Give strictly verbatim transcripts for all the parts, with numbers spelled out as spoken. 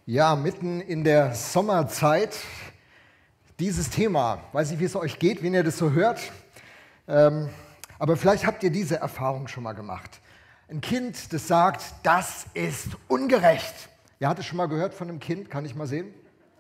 Ja, mitten in der Sommerzeit dieses Thema. Weiß nicht, wie es euch geht, wenn ihr das so hört. Ähm, aber vielleicht habt ihr diese Erfahrung schon mal gemacht. Ein Kind, das sagt, das ist ungerecht. Wer hat es schon mal gehört von einem Kind? Kann ich mal sehen?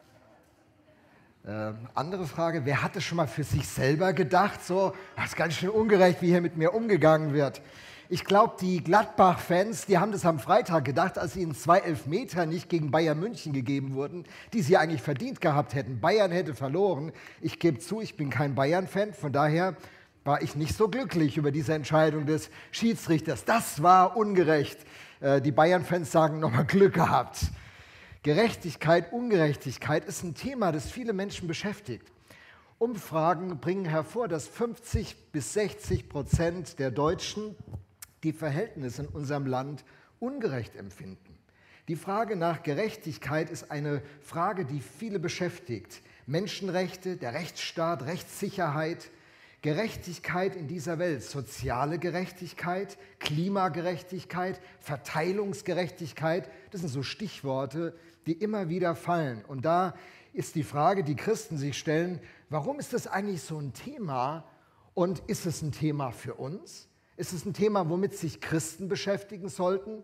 Ähm, andere Frage, wer hat es schon mal für sich selber gedacht? So, das ist ganz schön ungerecht, wie hier mit mir umgegangen wird. Ich glaube, die Gladbach-Fans, die haben das am Freitag gedacht, als ihnen zwei Elfmeter nicht gegen Bayern München gegeben wurden, die sie eigentlich verdient gehabt hätten. Bayern hätte verloren. Ich gebe zu, ich bin kein Bayern-Fan, von daher war ich nicht so glücklich über diese Entscheidung des Schiedsrichters. Das war ungerecht. Äh, die Bayern-Fans sagen nochmal Glück gehabt. Gerechtigkeit, Ungerechtigkeit ist ein Thema, das viele Menschen beschäftigt. Umfragen bringen hervor, dass fünfzig bis sechzig Prozent der Deutschen die Verhältnisse in unserem Land ungerecht empfinden. Die Frage nach Gerechtigkeit ist eine Frage, die viele beschäftigt. Menschenrechte, der Rechtsstaat, Rechtssicherheit, Gerechtigkeit in dieser Welt, soziale Gerechtigkeit, Klimagerechtigkeit, Verteilungsgerechtigkeit, das sind so Stichworte, die immer wieder fallen. Und da ist die Frage, die Christen sich stellen, warum ist das eigentlich so ein Thema und ist es ein Thema für uns? Ist es ein Thema, womit sich Christen beschäftigen sollten?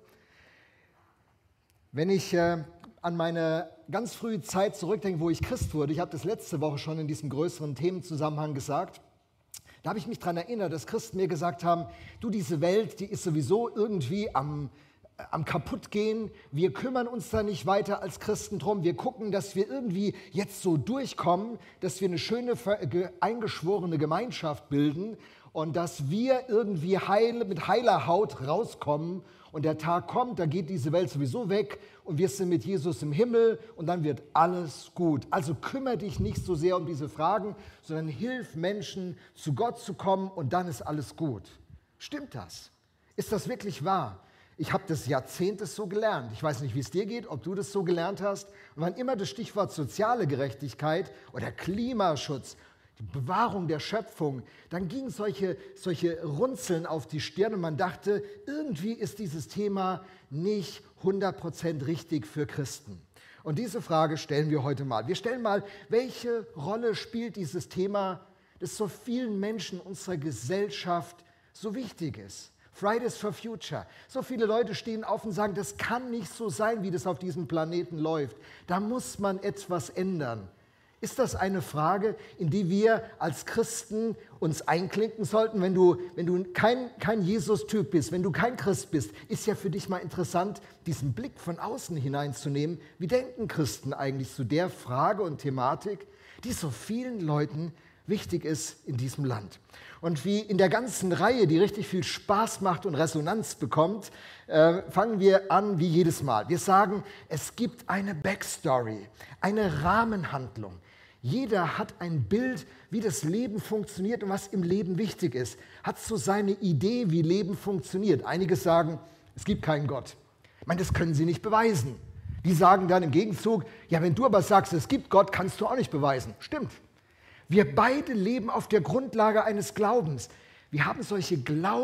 Wenn ich äh, an meine ganz frühe Zeit zurückdenke, wo ich Christ wurde, ich habe das letzte Woche schon in diesem größeren Themenzusammenhang gesagt, da habe ich mich daran erinnert, dass Christen mir gesagt haben, du, diese Welt, die ist sowieso irgendwie am, äh, am Kaputtgehen, wir kümmern uns da nicht weiter als Christen drum, wir gucken, dass wir irgendwie jetzt so durchkommen, dass wir eine schöne, eingeschworene Gemeinschaft bilden, und dass wir irgendwie heil, mit heiler Haut rauskommen und der Tag kommt, da geht diese Welt sowieso weg und wir sind mit Jesus im Himmel und dann wird alles gut. Also kümmere dich nicht so sehr um diese Fragen, sondern hilf Menschen, zu Gott zu kommen und dann ist alles gut. Stimmt das? Ist das wirklich wahr? Ich habe das Jahrzehnte so gelernt. Ich weiß nicht, wie es dir geht, ob du das so gelernt hast. Und wann immer das Stichwort soziale Gerechtigkeit oder Klimaschutz, die Bewahrung der Schöpfung, dann gingen solche, solche Runzeln auf die Stirn und man dachte, irgendwie ist dieses Thema nicht hundert Prozent richtig für Christen. Und diese Frage stellen wir heute mal. Wir stellen mal, welche Rolle spielt dieses Thema, das so vielen Menschen unserer Gesellschaft so wichtig ist? Fridays for Future. So viele Leute stehen auf und sagen, das kann nicht so sein, wie das auf diesem Planeten läuft. Da muss man etwas ändern. Ist das eine Frage, in die wir als Christen uns einklinken sollten? Wenn du, wenn du kein, kein Jesus-Typ bist, wenn du kein Christ bist, ist ja für dich mal interessant, diesen Blick von außen hineinzunehmen. Wie denken Christen eigentlich zu der Frage und Thematik, die so vielen Leuten wichtig ist in diesem Land? Und wie in der ganzen Reihe, die richtig viel Spaß macht und Resonanz bekommt, äh, fangen wir an wie jedes Mal. Wir sagen, es gibt eine Backstory, eine Rahmenhandlung. Jeder hat ein Bild, wie das Leben funktioniert und was im Leben wichtig ist. Hat so seine Idee, wie Leben funktioniert. Einige sagen, es gibt keinen Gott. Ich meine, das können sie nicht beweisen. Die sagen dann im Gegenzug, ja, wenn du aber sagst, es gibt Gott, kannst du auch nicht beweisen. Stimmt. Wir beide leben auf der Grundlage eines Glaubens. Wir haben solche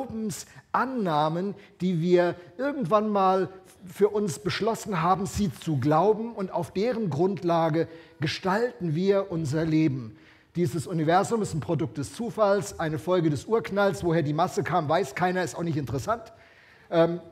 Glaubensannahmen, die wir irgendwann mal für uns beschlossen haben, sie zu glauben, und auf deren Grundlage gestalten wir unser Leben. Dieses Universum ist ein Produkt des Zufalls, eine Folge des Urknalls. Woher die Masse kam, weiß keiner, ist auch nicht interessant. Ähm,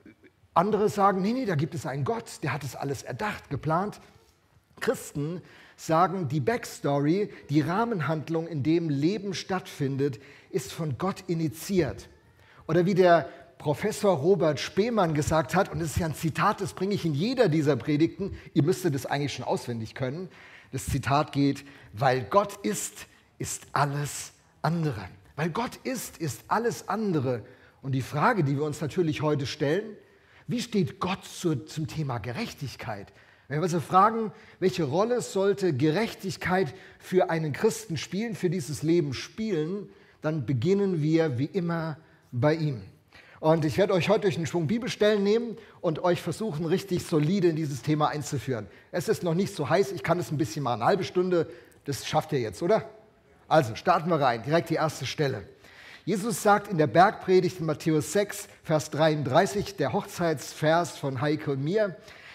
andere sagen, nee, nee, da gibt es einen Gott, der hat es alles erdacht, geplant. Christen sagen, die Backstory, die Rahmenhandlung, in dem Leben stattfindet, ist von Gott initiiert. Oder wie der Professor Robert Spemann gesagt hat, und das ist ja ein Zitat, das bringe ich in jeder dieser Predigten, ihr müsstet das eigentlich schon auswendig können. Das Zitat geht, weil Gott ist, ist alles andere. Weil Gott ist, ist alles andere. Und die Frage, die wir uns natürlich heute stellen, wie steht Gott zu, zum Thema Gerechtigkeit? Wenn wir also fragen, welche Rolle sollte Gerechtigkeit für einen Christen spielen, für dieses Leben spielen, dann beginnen wir wie immer bei ihm. Und ich werde euch heute durch einen Schwung Bibelstellen nehmen und euch versuchen, richtig solide in dieses Thema einzuführen. Es ist noch nicht so heiß, ich kann es ein bisschen machen. Eine halbe Stunde, das schafft ihr jetzt, oder? Also starten wir rein, direkt die erste Stelle. Jesus sagt in der Bergpredigt in Matthäus sechs, Vers dreiunddreißig, der Hochzeitsvers von Heike und mir,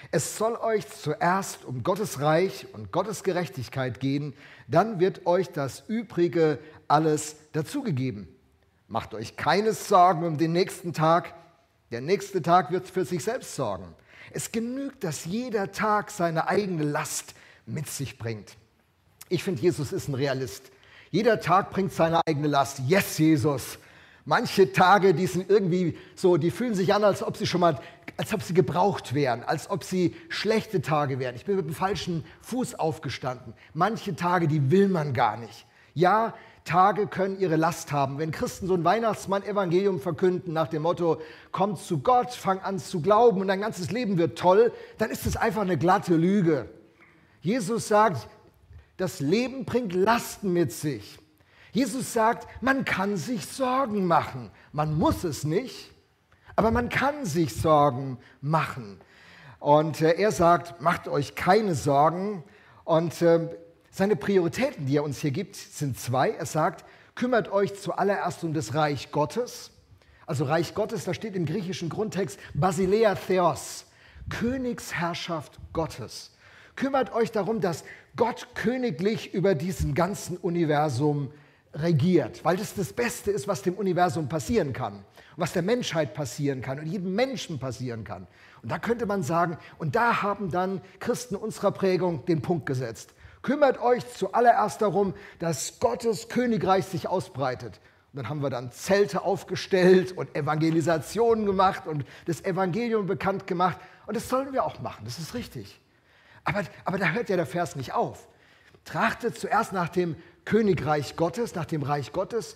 Es soll euch zuerst um Gottes Reich und Gottes Gerechtigkeit gehen, dann wird euch das Übrige alles dazugegeben. Macht euch keine Sorgen um den nächsten Tag. Der nächste Tag wird für sich selbst sorgen. Es genügt, dass jeder Tag seine eigene Last mit sich bringt. Ich finde, Jesus ist ein Realist. Jeder Tag bringt seine eigene Last. Yes, Jesus. Manche Tage, die sind irgendwie so, die fühlen sich an, als ob sie schon mal, als ob sie gebraucht wären, als ob sie schlechte Tage wären. Ich bin mit dem falschen Fuß aufgestanden. Manche Tage, die will man gar nicht. Ja, Tage können ihre Last haben. Wenn Christen so ein Weihnachtsmann-Evangelium verkünden nach dem Motto, kommt zu Gott, fang an zu glauben und dein ganzes Leben wird toll, dann ist es einfach eine glatte Lüge. Jesus sagt, das Leben bringt Lasten mit sich. Jesus sagt, man kann sich Sorgen machen. Man muss es nicht, aber man kann sich Sorgen machen. Und äh, er sagt, macht euch keine Sorgen. Und äh, seine Prioritäten, die er uns hier gibt, sind zwei. Er sagt, kümmert euch zuallererst um das Reich Gottes. Also Reich Gottes, da steht im griechischen Grundtext Basileia Theos, Königsherrschaft Gottes. Kümmert euch darum, dass Gott königlich über diesem ganzen Universum regiert, weil das das Beste ist, was dem Universum passieren kann, was der Menschheit passieren kann und jedem Menschen passieren kann. Und da könnte man sagen, und da haben dann Christen unserer Prägung den Punkt gesetzt. Kümmert euch zuallererst darum, dass Gottes Königreich sich ausbreitet. Und dann haben wir dann Zelte aufgestellt und Evangelisationen gemacht und das Evangelium bekannt gemacht. Und das sollen wir auch machen, das ist richtig. Aber, aber da hört ja der Vers nicht auf. Trachtet zuerst nach dem Königreich Gottes, nach dem Reich Gottes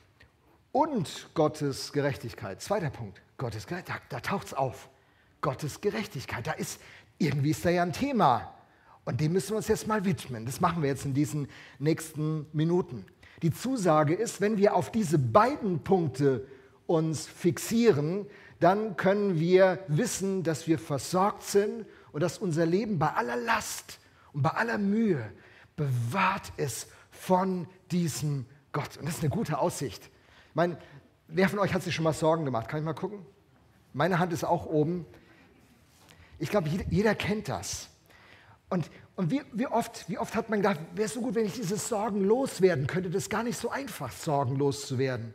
und Gottes Gerechtigkeit. Zweiter Punkt, Gottes Gerechtigkeit, da, da taucht es auf. Gottes Gerechtigkeit, da ist, irgendwie ist da ja ein Thema. Und dem müssen wir uns jetzt mal widmen. Das machen wir jetzt in diesen nächsten Minuten. Die Zusage ist, wenn wir auf diese beiden Punkte uns fixieren, dann können wir wissen, dass wir versorgt sind und dass unser Leben bei aller Last und bei aller Mühe bewahrt ist von diesem Gott. Und das ist eine gute Aussicht. Ich meine, wer von euch hat sich schon mal Sorgen gemacht? Kann ich mal gucken? Meine Hand ist auch oben. Ich glaube, jeder, jeder kennt das. Und, und wie, wie, oft, wie oft hat man gedacht, wäre es so gut, wenn ich diese Sorgen loswerden könnte. Das ist gar nicht so einfach, Sorgen loszuwerden.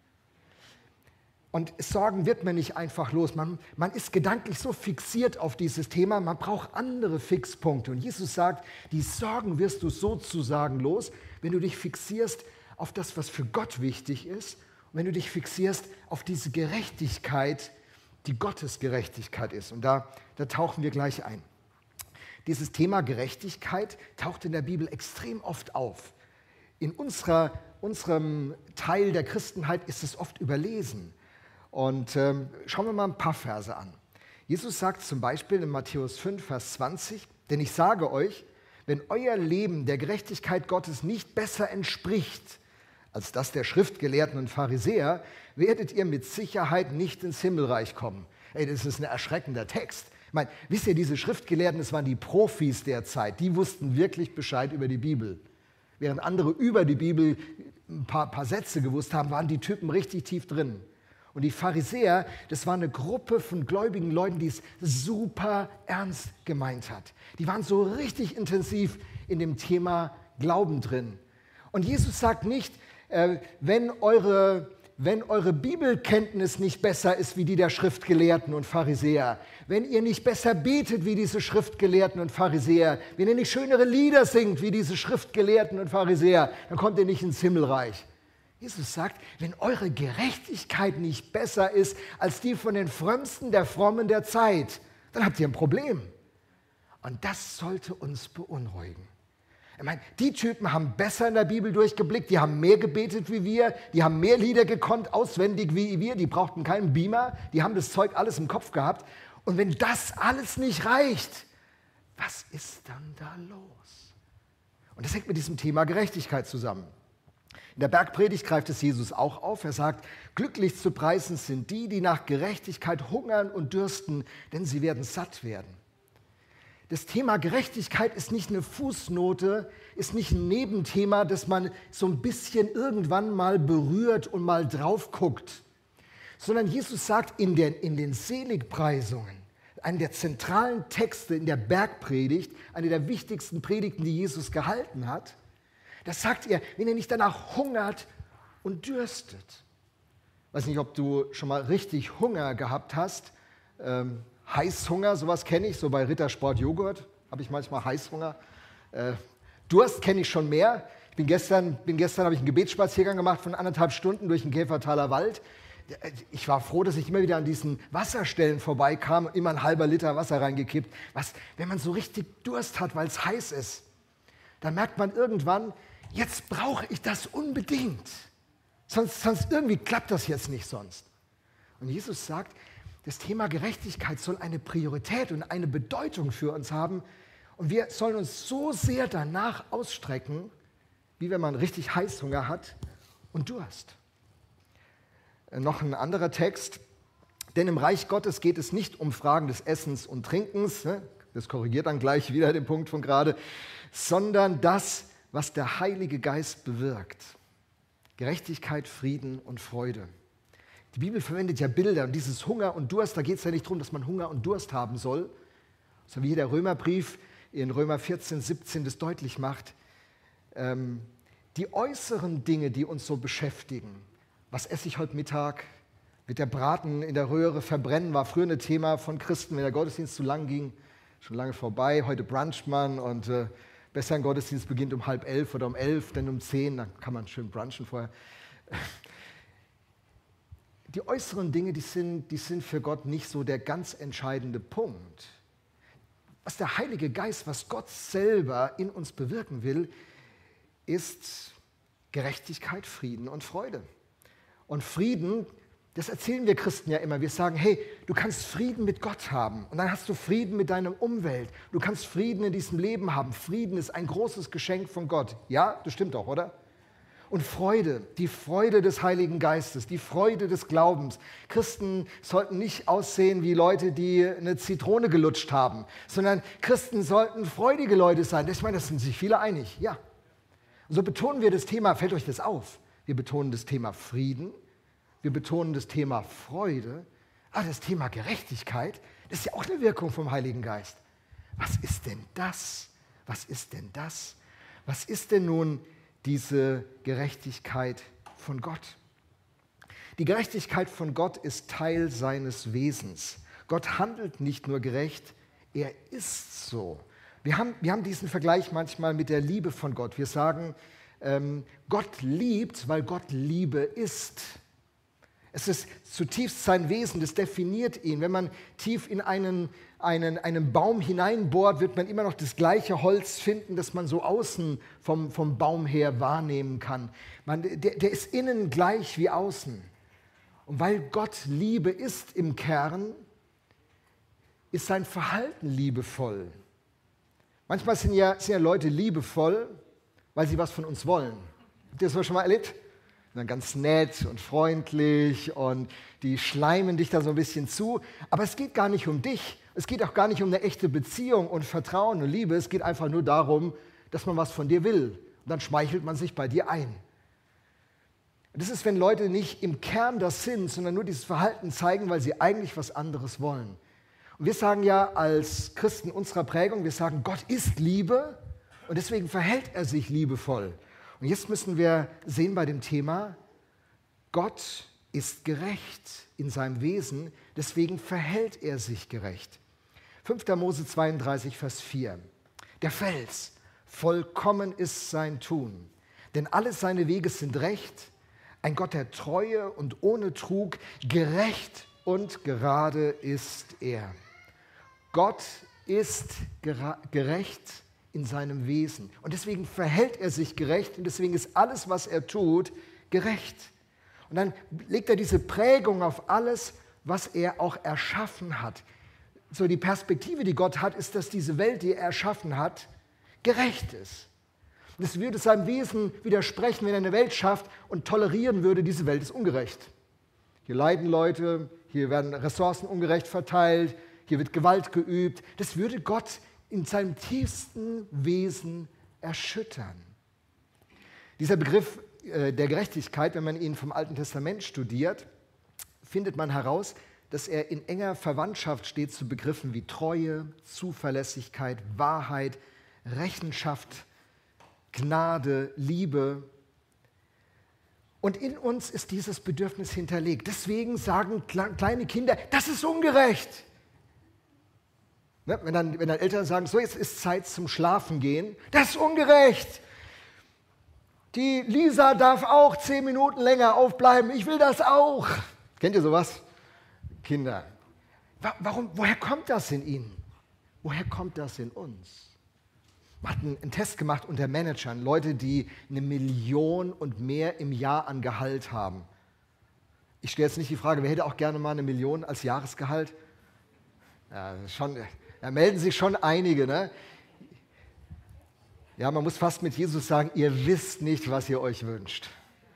Und Sorgen wird man nicht einfach los. Man, man ist gedanklich so fixiert auf dieses Thema, man braucht andere Fixpunkte. Und Jesus sagt, die Sorgen wirst du sozusagen los, wenn du dich fixierst auf das, was für Gott wichtig ist. Und wenn du dich fixierst auf diese Gerechtigkeit, die Gottes Gerechtigkeit ist. Und da, da tauchen wir gleich ein. Dieses Thema Gerechtigkeit taucht in der Bibel extrem oft auf. In unserer, unserem Teil der Christenheit ist es oft überlesen. Und ähm, schauen wir mal ein paar Verse an. Jesus sagt zum Beispiel in Matthäus fünf, Vers zwanzig, denn ich sage euch, wenn euer Leben der Gerechtigkeit Gottes nicht besser entspricht als das der Schriftgelehrten und Pharisäer, werdet ihr mit Sicherheit nicht ins Himmelreich kommen. Ey, das ist ein erschreckender Text. Ich meine, wisst ihr, diese Schriftgelehrten, das waren die Profis der Zeit, die wussten wirklich Bescheid über die Bibel. Während andere über die Bibel ein paar, paar Sätze gewusst haben, waren die Typen richtig tief drin. Und die Pharisäer, das war eine Gruppe von gläubigen Leuten, die es super ernst gemeint hat. Die waren so richtig intensiv in dem Thema Glauben drin. Und Jesus sagt nicht, äh, wenn, eure, wenn eure Bibelkenntnis nicht besser ist wie die der Schriftgelehrten und Pharisäer, wenn ihr nicht besser betet wie diese Schriftgelehrten und Pharisäer, wenn ihr nicht schönere Lieder singt wie diese Schriftgelehrten und Pharisäer, dann kommt ihr nicht ins Himmelreich. Jesus sagt, wenn eure Gerechtigkeit nicht besser ist als die von den Frömmsten der Frommen der Zeit, dann habt ihr ein Problem. Und das sollte uns beunruhigen. Ich meine, die Typen haben besser in der Bibel durchgeblickt, die haben mehr gebetet wie wir, die haben mehr Lieder gekonnt, auswendig wie wir, die brauchten keinen Beamer, die haben das Zeug alles im Kopf gehabt. Und wenn das alles nicht reicht, was ist dann da los? Und das hängt mit diesem Thema Gerechtigkeit zusammen. In der Bergpredigt greift es Jesus auch auf. Er sagt, glücklich zu preisen sind die, die nach Gerechtigkeit hungern und dürsten, denn sie werden satt werden. Das Thema Gerechtigkeit ist nicht eine Fußnote, ist nicht ein Nebenthema, das man so ein bisschen irgendwann mal berührt und mal drauf guckt, sondern Jesus sagt in den, in den Seligpreisungen, einen der zentralen Texte in der Bergpredigt, eine der wichtigsten Predigten, die Jesus gehalten hat. Da sagt er, wenn ihr nicht danach hungert und dürstet. Ich weiß nicht, ob du schon mal richtig Hunger gehabt hast. Ähm, Heißhunger, sowas kenne ich, so bei Rittersport Joghurt habe ich manchmal Heißhunger. Äh, Durst kenne ich schon mehr. Ich bin gestern, bin gestern habe ich einen Gebetsspaziergang gemacht von anderthalb Stunden durch den Käfertaler Wald. Ich war froh, dass ich immer wieder an diesen Wasserstellen vorbeikam, immer ein halber Liter Wasser reingekippt. Was, wenn man so richtig Durst hat, weil es heiß ist, dann merkt man irgendwann, jetzt brauche ich das unbedingt. Sonst, sonst irgendwie klappt das jetzt nicht sonst. Und Jesus sagt, das Thema Gerechtigkeit soll eine Priorität und eine Bedeutung für uns haben. Und wir sollen uns so sehr danach ausstrecken, wie wenn man richtig Heißhunger hat und Durst. Noch ein anderer Text. Denn im Reich Gottes geht es nicht um Fragen des Essens und Trinkens, das korrigiert dann gleich wieder den Punkt von gerade, sondern das, was der Heilige Geist bewirkt. Gerechtigkeit, Frieden und Freude. Die Bibel verwendet ja Bilder und dieses Hunger und Durst, da geht es ja nicht darum, dass man Hunger und Durst haben soll, sondern wie hier der Römerbrief in Römer vierzehn, siebzehn das deutlich macht, ähm, die äußeren Dinge, die uns so beschäftigen, was esse ich heute Mittag, wird der Braten in der Röhre verbrennen, war früher ein Thema von Christen, wenn der Gottesdienst zu lang ging, schon lange vorbei, heute bruncht man und äh, besser ein Gottesdienst beginnt um halb elf oder um elf, denn um zehn, dann kann man schön brunchen vorher. Die äußeren Dinge, die sind, die sind für Gott nicht so der ganz entscheidende Punkt. Was der Heilige Geist, was Gott selber in uns bewirken will, ist Gerechtigkeit, Frieden und Freude. Und Frieden, das erzählen wir Christen ja immer. Wir sagen, hey, du kannst Frieden mit Gott haben und dann hast du Frieden mit deiner Umwelt. Du kannst Frieden in diesem Leben haben. Frieden ist ein großes Geschenk von Gott. Ja, das stimmt auch, oder? Und Freude, die Freude des Heiligen Geistes, die Freude des Glaubens. Christen sollten nicht aussehen wie Leute, die eine Zitrone gelutscht haben, sondern Christen sollten freudige Leute sein. Ich meine, das sind sich viele einig, ja. Und so betonen wir das Thema, fällt euch das auf? Wir betonen das Thema Frieden, wir betonen das Thema Freude, aber das Thema Gerechtigkeit, das ist ja auch eine Wirkung vom Heiligen Geist. Was ist denn das? Was ist denn das? Was ist denn nun diese Gerechtigkeit von Gott? Die Gerechtigkeit von Gott ist Teil seines Wesens. Gott handelt nicht nur gerecht, er ist so. Wir haben, wir haben diesen Vergleich manchmal mit der Liebe von Gott. Wir sagen, ähm, Gott liebt, weil Gott Liebe ist. Es ist zutiefst sein Wesen, das definiert ihn. Wenn man tief in einen, einen, einen Baum hineinbohrt, wird man immer noch das gleiche Holz finden, das man so außen vom, vom Baum her wahrnehmen kann. Man, der, der ist innen gleich wie außen. Und weil Gott Liebe ist im Kern, ist sein Verhalten liebevoll. Manchmal sind ja, sind ja Leute liebevoll, weil sie was von uns wollen. Habt ihr das schon mal erlebt? Dann ganz nett und freundlich und die schleimen dich da so ein bisschen zu. Aber es geht gar nicht um dich. Es geht auch gar nicht um eine echte Beziehung und Vertrauen und Liebe. Es geht einfach nur darum, dass man was von dir will. Und dann schmeichelt man sich bei dir ein. Und das ist, wenn Leute nicht im Kern das sind, sondern nur dieses Verhalten zeigen, weil sie eigentlich was anderes wollen. Und wir sagen ja als Christen unserer Prägung, wir sagen, Gott ist Liebe und deswegen verhält er sich liebevoll. Und jetzt müssen wir sehen bei dem Thema, Gott ist gerecht in seinem Wesen, deswegen verhält er sich gerecht. fünfter Mose zweiunddreißig, Vers vier. Der Fels, vollkommen ist sein Tun, denn alle seine Wege sind recht, ein Gott der Treue und ohne Trug, gerecht und gerade ist er. Gott ist gerecht in seinem Wesen. Und deswegen verhält er sich gerecht und deswegen ist alles, was er tut, gerecht. Und dann legt er diese Prägung auf alles, was er auch erschaffen hat. So die Perspektive, die Gott hat, ist, dass diese Welt, die er erschaffen hat, gerecht ist. Und es würde seinem Wesen widersprechen, wenn er eine Welt schafft und tolerieren würde, diese Welt ist ungerecht. Hier leiden Leute, hier werden Ressourcen ungerecht verteilt, hier wird Gewalt geübt. Das würde Gott in seinem tiefsten Wesen erschüttern. Dieser Begriff äh, der Gerechtigkeit, wenn man ihn vom Alten Testament studiert, findet man heraus, dass er in enger Verwandtschaft steht zu Begriffen wie Treue, Zuverlässigkeit, Wahrheit, Rechenschaft, Gnade, Liebe. Und in uns ist dieses Bedürfnis hinterlegt. Deswegen sagen kleine Kinder, das ist ungerecht. Ne? Wenn, dann, wenn dann Eltern sagen, so jetzt ist Zeit zum Schlafen gehen, das ist ungerecht. Die Lisa darf auch zehn Minuten länger aufbleiben, ich will das auch. Kennt ihr sowas? Kinder. Warum, woher kommt das in ihnen? Woher kommt das in uns? Wir hatten einen Test gemacht unter Managern, Leute, die eine Million und mehr im Jahr an Gehalt haben. Ich stelle jetzt nicht die Frage, wer hätte auch gerne mal eine Million als Jahresgehalt? Ja, schon, da melden sich schon einige. Ne? Ja, man muss fast mit Jesus sagen, ihr wisst nicht, was ihr euch wünscht.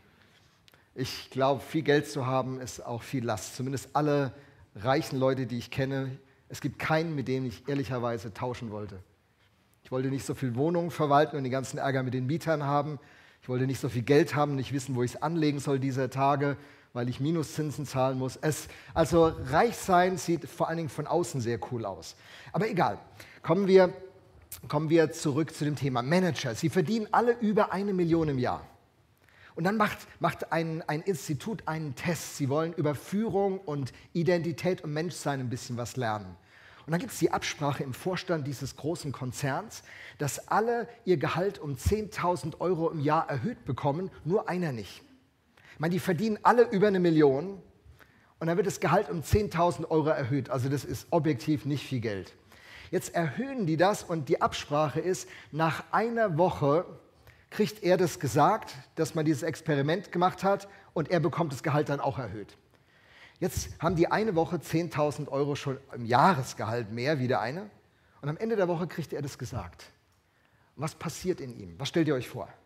Ich glaube, viel Geld zu haben, ist auch viel Last. Zumindest alle reichen Leute, die ich kenne. Es gibt keinen, mit dem ich ehrlicherweise tauschen wollte. Ich wollte nicht so viel Wohnungen verwalten und den ganzen Ärger mit den Mietern haben. Ich wollte nicht so viel Geld haben, nicht wissen, wo ich es anlegen soll dieser Tage, weil ich Minuszinsen zahlen muss. Es, also reich sein sieht vor allen Dingen von außen sehr cool aus. Aber egal, kommen wir, kommen wir zurück zu dem Thema Manager. Sie verdienen alle über eine Million im Jahr. Und dann macht, macht ein, ein Institut einen Test. Sie wollen über Führung und Identität und Menschsein ein bisschen was lernen. Und dann gibt es die Absprache im Vorstand dieses großen Konzerns, dass alle ihr Gehalt um zehntausend Euro im Jahr erhöht bekommen, nur einer nicht. Ich meine, die verdienen alle über eine Million und dann wird das Gehalt um zehntausend Euro erhöht. Also das ist objektiv nicht viel Geld. Jetzt erhöhen die das und die Absprache ist, nach einer Woche kriegt er das gesagt, dass man dieses Experiment gemacht hat und er bekommt das Gehalt dann auch erhöht. Jetzt haben die eine Woche zehntausend Euro schon im Jahresgehalt mehr wie der eine und am Ende der Woche kriegt er das gesagt. Und was passiert in ihm? Was stellt ihr euch vor?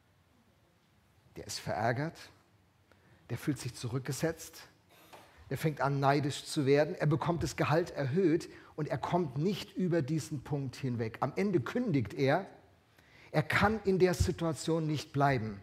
Der ist verärgert, der fühlt sich zurückgesetzt, der fängt an neidisch zu werden, er bekommt das Gehalt erhöht und er kommt nicht über diesen Punkt hinweg. Am Ende kündigt er. Er kann in der Situation nicht bleiben.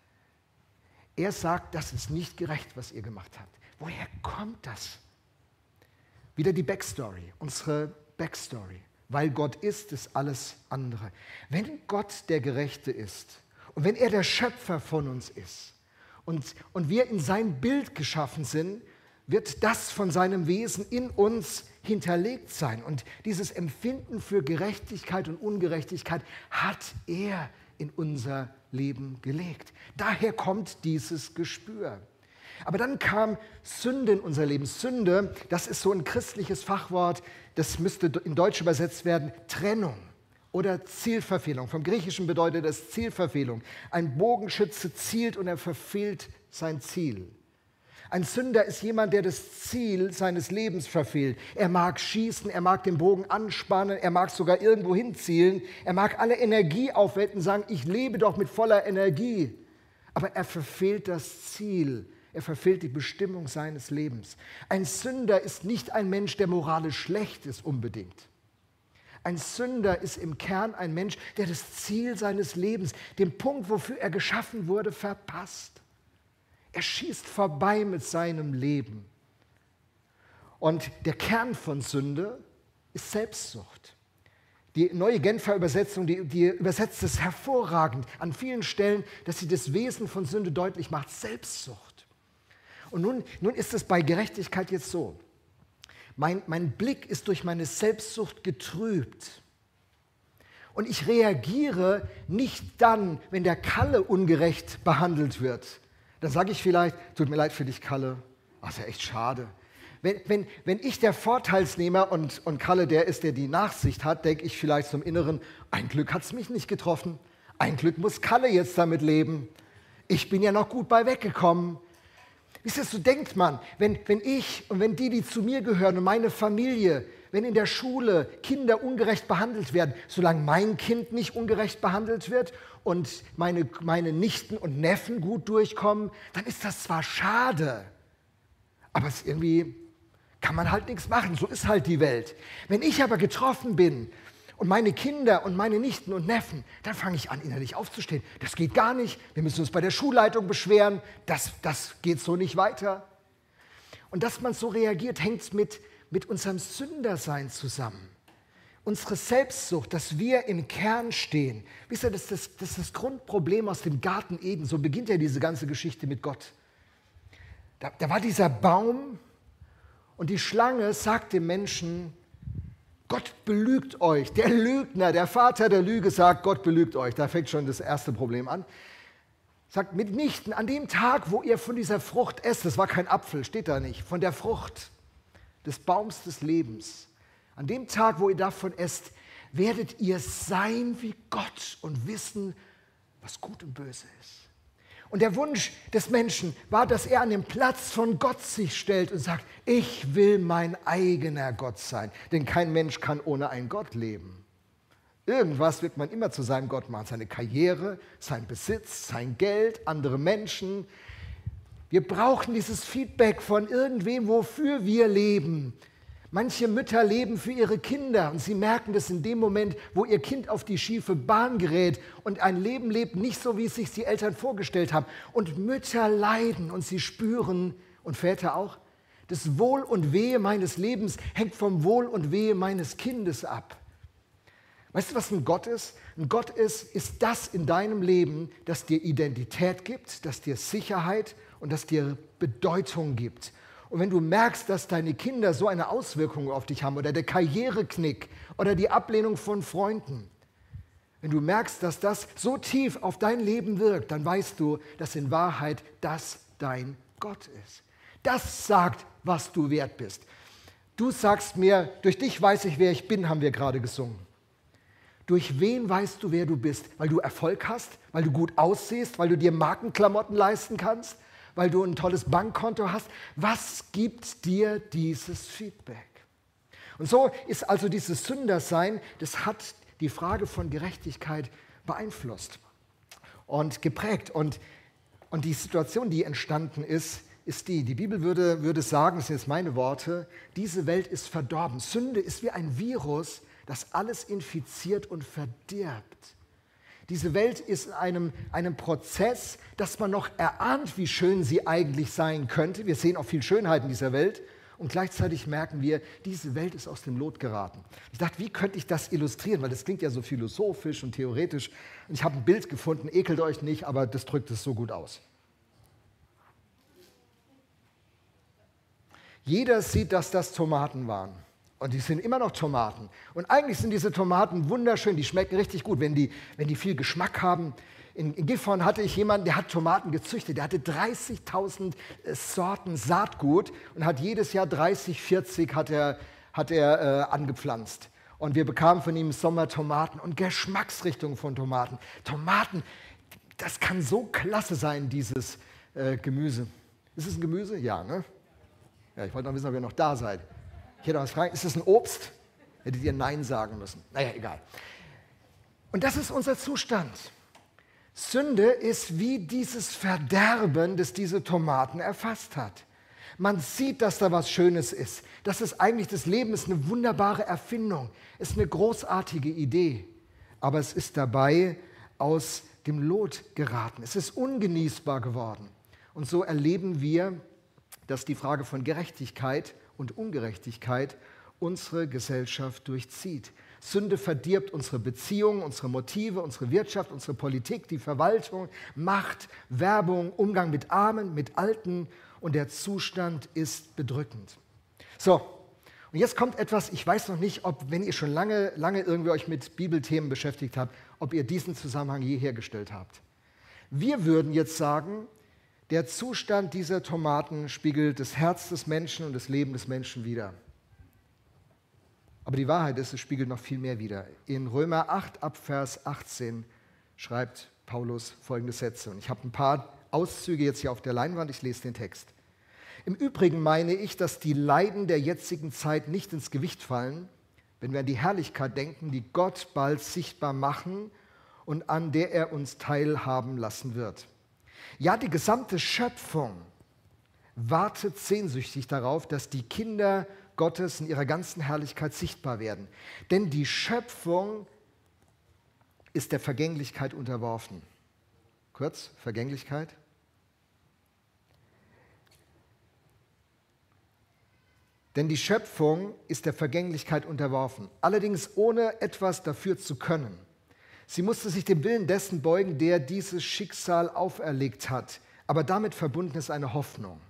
Er sagt, das ist nicht gerecht, was ihr gemacht habt. Woher kommt das? Wieder die Backstory, unsere Backstory. Weil Gott ist, ist alles andere. Wenn Gott der Gerechte ist und wenn er der Schöpfer von uns ist und, und wir in sein Bild geschaffen sind, wird das von seinem Wesen in uns hinterlegt sein. Und dieses Empfinden für Gerechtigkeit und Ungerechtigkeit hat er in unser Leben gelegt. Daher kommt dieses Gespür. Aber dann kam Sünde in unser Leben. Sünde, das ist so ein christliches Fachwort, das müsste in Deutsch übersetzt werden, Trennung oder Zielverfehlung. Vom Griechischen bedeutet das Zielverfehlung. Ein Bogenschütze zielt und er verfehlt sein Ziel. Ein Sünder ist jemand, der das Ziel seines Lebens verfehlt. Er mag schießen, er mag den Bogen anspannen, er mag sogar irgendwo hinzielen, er mag alle Energie aufwenden und sagen, ich lebe doch mit voller Energie. Aber er verfehlt das Ziel, er verfehlt die Bestimmung seines Lebens. Ein Sünder ist nicht ein Mensch, der moralisch schlecht ist unbedingt. Ein Sünder ist im Kern ein Mensch, der das Ziel seines Lebens, den Punkt, wofür er geschaffen wurde, verpasst. Er schießt vorbei mit seinem Leben. Und der Kern von Sünde ist Selbstsucht. Die neue Genfer Übersetzung, die, die übersetzt es hervorragend an vielen Stellen, dass sie das Wesen von Sünde deutlich macht, Selbstsucht. Und nun, nun ist es bei Gerechtigkeit jetzt so. Mein, mein Blick ist durch meine Selbstsucht getrübt. Und ich reagiere nicht dann, wenn der Kalle ungerecht behandelt wird. Dann sage ich vielleicht, tut mir leid für dich, Kalle. Ach, ist ja echt schade. Wenn, wenn, wenn ich der Vorteilsnehmer und, und Kalle der ist, der die Nachsicht hat, denke ich vielleicht zum Inneren, ein Glück hat es mich nicht getroffen. Ein Glück muss Kalle jetzt damit leben. Ich bin ja noch gut bei weggekommen. Wisst ihr, so denkt man, wenn, wenn ich und wenn die, die zu mir gehören und meine Familie, wenn in der Schule Kinder ungerecht behandelt werden, solange mein Kind nicht ungerecht behandelt wird und meine, meine Nichten und Neffen gut durchkommen, dann ist das zwar schade, aber es irgendwie kann man halt nichts machen. So ist halt die Welt. Wenn ich aber getroffen bin und meine Kinder und meine Nichten und Neffen, dann fange ich an, innerlich aufzustehen. Das geht gar nicht. Wir müssen uns bei der Schulleitung beschweren. Das, das geht so nicht weiter. Und dass man so reagiert, hängt mit, mit unserem Sündersein zusammen. Unsere Selbstsucht, dass wir im Kern stehen. Wisst ihr, das ist das, das ist das Grundproblem aus dem Garten Eden. So beginnt ja diese ganze Geschichte mit Gott. Da, da war dieser Baum und die Schlange sagt dem Menschen, Gott belügt euch. Der Lügner, der Vater der Lüge sagt, Gott belügt euch. Da fängt schon das erste Problem an. Sagt mitnichten, an dem Tag, wo ihr von dieser Frucht esst, das war kein Apfel, steht da nicht, von der Frucht des Baums des Lebens, an dem Tag, wo ihr davon esst, werdet ihr sein wie Gott und wissen, was gut und böse ist. Und der Wunsch des Menschen war, dass er an den Platz von Gott sich stellt und sagt, ich will mein eigener Gott sein, denn kein Mensch kann ohne einen Gott leben. Irgendwas wird man immer zu seinem Gott machen, seine Karriere, sein Besitz, sein Geld, andere Menschen. Wir brauchen dieses Feedback von irgendwem, wofür wir leben. Manche Mütter leben für ihre Kinder und sie merken das in dem Moment, wo ihr Kind auf die schiefe Bahn gerät und ein Leben lebt, nicht so, wie es sich die Eltern vorgestellt haben. Und Mütter leiden und sie spüren, und Väter auch, das Wohl und Wehe meines Lebens hängt vom Wohl und Wehe meines Kindes ab. Weißt du, was ein Gott ist? Ein Gott ist, ist das in deinem Leben, das dir Identität gibt, das dir Sicherheit und das dir Bedeutung gibt. Und wenn du merkst, dass deine Kinder so eine Auswirkung auf dich haben oder der Karriereknick oder die Ablehnung von Freunden, wenn du merkst, dass das so tief auf dein Leben wirkt, dann weißt du, dass in Wahrheit das dein Gott ist. Das sagt, was du wert bist. Du sagst mir, durch dich weiß ich, wer ich bin, haben wir gerade gesungen. Durch wen weißt du, wer du bist? Weil du Erfolg hast, weil du gut aussiehst, weil du dir Markenklamotten leisten kannst, weil du ein tolles Bankkonto hast. Was gibt dir dieses Feedback? Und so ist also dieses Sündersein, das hat die Frage von Gerechtigkeit beeinflusst und geprägt. Und, und die Situation, die entstanden ist, ist die, die Bibel würde, würde sagen, das sind jetzt meine Worte, diese Welt ist verdorben. Sünde ist wie ein Virus, das alles infiziert und verdirbt. Diese Welt ist in einem, einem Prozess, dass man noch erahnt, wie schön sie eigentlich sein könnte. Wir sehen auch viel Schönheit in dieser Welt und gleichzeitig merken wir, diese Welt ist aus dem Lot geraten. Ich dachte, wie könnte ich das illustrieren, weil das klingt ja so philosophisch und theoretisch. Und ich habe ein Bild gefunden, ekelt euch nicht, aber das drückt es so gut aus. Jeder sieht, dass das Tomaten waren. Und die sind immer noch Tomaten. Und eigentlich sind diese Tomaten wunderschön, die schmecken richtig gut, wenn die, wenn die viel Geschmack haben. In, in Gifhorn hatte ich jemanden, der hat Tomaten gezüchtet. Der hatte dreißigtausend Sorten Saatgut und hat jedes Jahr dreißig, vierzig hat er, hat er äh, angepflanzt. Und wir bekamen von ihm im Sommer Tomaten und Geschmacksrichtungen von Tomaten. Tomaten, das kann so klasse sein, dieses äh, Gemüse. Ist es ein Gemüse? Ja, ne? Ja, ich wollte noch wissen, ob ihr noch da seid. Ich hätte was fragen, ist das ein Obst? Hättet ihr Nein sagen müssen. Naja, egal. Und das ist unser Zustand. Sünde ist wie dieses Verderben, das diese Tomaten erfasst hat. Man sieht, dass da was Schönes ist. Das ist eigentlich, das Leben ist eine wunderbare Erfindung, ist eine großartige Idee. Aber es ist dabei aus dem Lot geraten. Es ist ungenießbar geworden. Und so erleben wir, dass die Frage von Gerechtigkeit und Ungerechtigkeit unsere Gesellschaft durchzieht. Sünde verdirbt unsere Beziehungen, unsere Motive, unsere Wirtschaft, unsere Politik, die Verwaltung, Macht, Werbung, Umgang mit Armen, mit Alten und der Zustand ist bedrückend. So, und jetzt kommt etwas, ich weiß noch nicht, ob, wenn ihr schon lange, lange irgendwie euch mit Bibelthemen beschäftigt habt, ob ihr diesen Zusammenhang je hergestellt habt. Wir würden jetzt sagen, der Zustand dieser Tomaten spiegelt das Herz des Menschen und das Leben des Menschen wider. Aber die Wahrheit ist, es spiegelt noch viel mehr wider. In Römer acht, ab Vers achtzehn schreibt Paulus folgende Sätze. Und ich habe ein paar Auszüge jetzt hier auf der Leinwand, ich lese den Text. Im Übrigen meine ich, dass die Leiden der jetzigen Zeit nicht ins Gewicht fallen, wenn wir an die Herrlichkeit denken, die Gott bald sichtbar machen und an der er uns teilhaben lassen wird. Ja, die gesamte Schöpfung wartet sehnsüchtig darauf, dass die Kinder Gottes in ihrer ganzen Herrlichkeit sichtbar werden. Denn die Schöpfung ist der Vergänglichkeit unterworfen. Kurz, Vergänglichkeit. Denn die Schöpfung ist der Vergänglichkeit unterworfen, allerdings ohne etwas dafür zu können. Sie musste sich dem Willen dessen beugen, der dieses Schicksal auferlegt hat. Aber damit verbunden ist eine Hoffnung.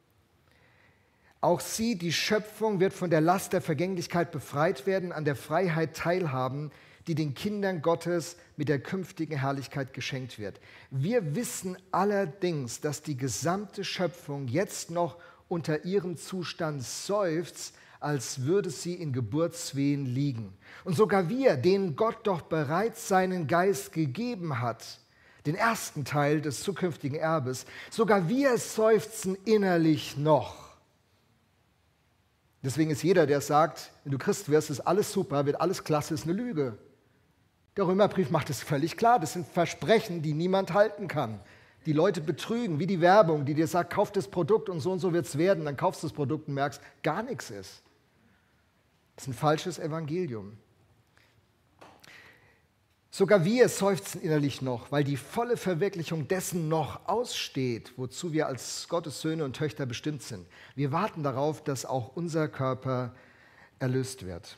Auch sie, die Schöpfung, wird von der Last der Vergänglichkeit befreit werden, an der Freiheit teilhaben, die den Kindern Gottes mit der künftigen Herrlichkeit geschenkt wird. Wir wissen allerdings, dass die gesamte Schöpfung jetzt noch unter ihrem Zustand seufzt, als würde sie in Geburtswehen liegen. Und sogar wir, denen Gott doch bereits seinen Geist gegeben hat, den ersten Teil des zukünftigen Erbes, sogar wir seufzen innerlich noch. Deswegen ist jeder, der sagt, wenn du Christ wirst, ist alles super, wird alles klasse, ist eine Lüge. Der Römerbrief macht es völlig klar. Das sind Versprechen, die niemand halten kann. Die Leute betrügen, wie die Werbung, die dir sagt, kauf das Produkt und so und so wird es werden. Dann kaufst du das Produkt und merkst, gar nichts ist. Das ist ein falsches Evangelium. Sogar wir seufzen innerlich noch, weil die volle Verwirklichung dessen noch aussteht, wozu wir als Gottes Söhne und Töchter bestimmt sind. Wir warten darauf, dass auch unser Körper erlöst wird.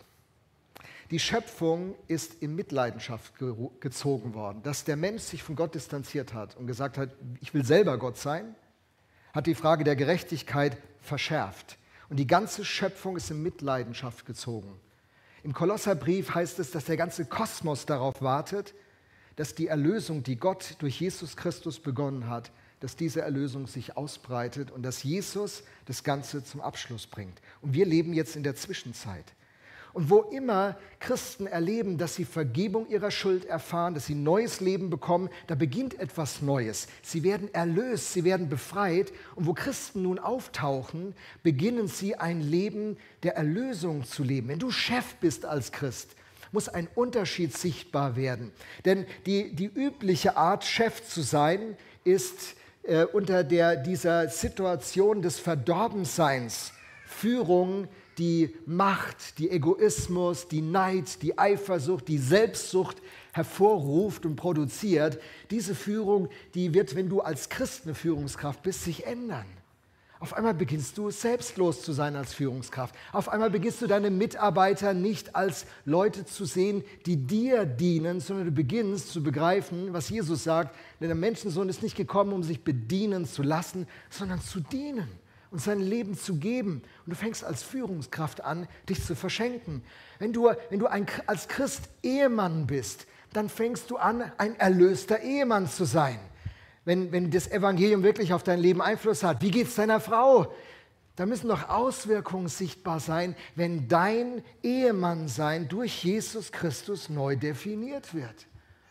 Die Schöpfung ist in Mitleidenschaft gezogen worden, dass der Mensch sich von Gott distanziert hat und gesagt hat, ich will selber Gott sein, hat die Frage der Gerechtigkeit verschärft. Und die ganze Schöpfung ist in Mitleidenschaft gezogen. Im Kolosserbrief heißt es, dass der ganze Kosmos darauf wartet, dass die Erlösung, die Gott durch Jesus Christus begonnen hat, dass diese Erlösung sich ausbreitet und dass Jesus das Ganze zum Abschluss bringt. Und wir leben jetzt in der Zwischenzeit. Und wo immer Christen erleben, dass sie Vergebung ihrer Schuld erfahren, dass sie neues Leben bekommen, da beginnt etwas Neues. Sie werden erlöst, sie werden befreit. Und wo Christen nun auftauchen, beginnen sie ein Leben der Erlösung zu leben. Wenn du Chef bist als Christ, muss ein Unterschied sichtbar werden. Denn die, die übliche Art, Chef zu sein, ist äh, unter der, dieser Situation des Verdorbenseins, Führung, die Macht, die Egoismus, die Neid, die Eifersucht, die Selbstsucht hervorruft und produziert. Diese Führung, die wird, wenn du als Christ eine Führungskraft bist, sich ändern. Auf einmal beginnst du selbstlos zu sein als Führungskraft. Auf einmal beginnst du deine Mitarbeiter nicht als Leute zu sehen, die dir dienen, sondern du beginnst zu begreifen, was Jesus sagt, denn der Menschensohn ist nicht gekommen, um sich bedienen zu lassen, sondern zu dienen und sein Leben zu geben. Und du fängst als Führungskraft an, dich zu verschenken. Wenn du, wenn du ein, als Christ Ehemann bist, dann fängst du an, ein erlöster Ehemann zu sein. Wenn, wenn das Evangelium wirklich auf dein Leben Einfluss hat. Wie geht es deiner Frau? Da müssen doch Auswirkungen sichtbar sein, wenn dein Ehemannsein durch Jesus Christus neu definiert wird.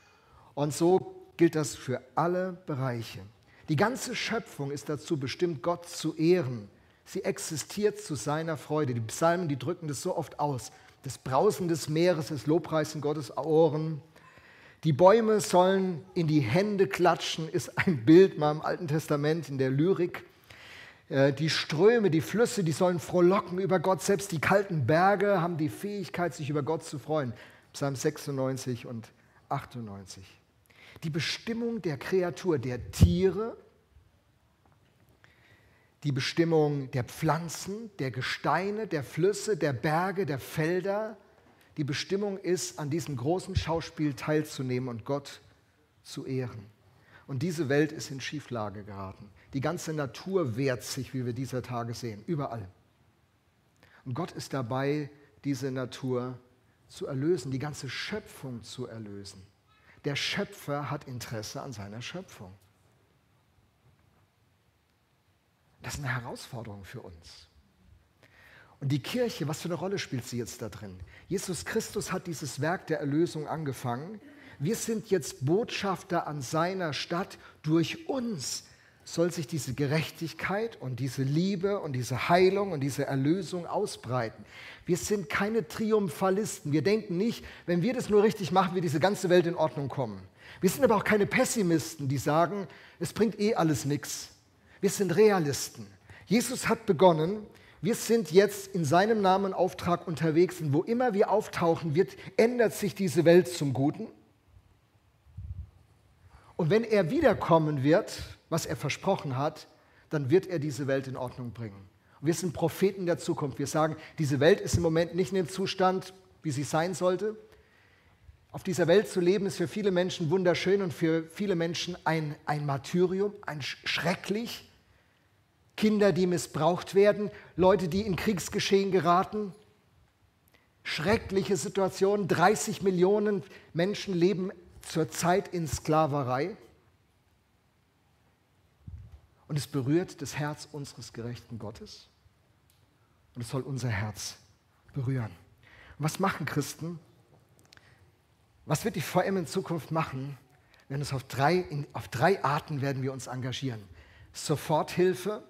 Und so gilt das für alle Bereiche. Die ganze Schöpfung ist dazu bestimmt, Gott zu ehren. Sie existiert zu seiner Freude. Die Psalmen, die drücken das so oft aus. Das Brausen des Meeres, das Lobpreis in Gottes Ohren. Die Bäume sollen in die Hände klatschen, ist ein Bild mal im Alten Testament in der Lyrik. Die Ströme, die Flüsse, die sollen frohlocken über Gott. Selbst die kalten Berge haben die Fähigkeit, sich über Gott zu freuen. Psalm sechsundneunzig und achtundneunzig. Die Bestimmung der Kreatur, der Tiere, die Bestimmung der Pflanzen, der Gesteine, der Flüsse, der Berge, der Felder. Die Bestimmung ist, an diesem großen Schauspiel teilzunehmen und Gott zu ehren. Und diese Welt ist in Schieflage geraten. Die ganze Natur wehrt sich, wie wir dieser Tage sehen, überall. Und Gott ist dabei, diese Natur zu erlösen, die ganze Schöpfung zu erlösen. Der Schöpfer hat Interesse an seiner Schöpfung. Das ist eine Herausforderung für uns. Und die Kirche, was für eine Rolle spielt sie jetzt da drin? Jesus Christus hat dieses Werk der Erlösung angefangen. Wir sind jetzt Botschafter an seiner Stadt. Durch uns soll sich diese Gerechtigkeit und diese Liebe und diese Heilung und diese Erlösung ausbreiten. Wir sind keine Triumphalisten. Wir denken nicht, wenn wir das nur richtig machen, wird diese ganze Welt in Ordnung kommen. Wir sind aber auch keine Pessimisten, die sagen, es bringt eh alles nichts. Wir sind Realisten. Jesus hat begonnen. Wir sind jetzt in seinem Namen und Auftrag unterwegs und wo immer wir auftauchen, wird, ändert sich diese Welt zum Guten. Und wenn er wiederkommen wird, was er versprochen hat, dann wird er diese Welt in Ordnung bringen. Wir sind Propheten der Zukunft. Wir sagen, diese Welt ist im Moment nicht in dem Zustand, wie sie sein sollte. Auf dieser Welt zu leben ist für viele Menschen wunderschön und für viele Menschen ein, ein Martyrium, ein schrecklich. Kinder, die missbraucht werden, Leute, die in Kriegsgeschehen geraten. Schreckliche Situationen. dreißig Millionen Menschen leben zurzeit in Sklaverei. Und es berührt das Herz unseres gerechten Gottes. Und es soll unser Herz berühren. Und was machen Christen? Was wird die V M in Zukunft machen? Wenn es auf drei, in, auf drei Arten werden wir uns engagieren. Soforthilfe,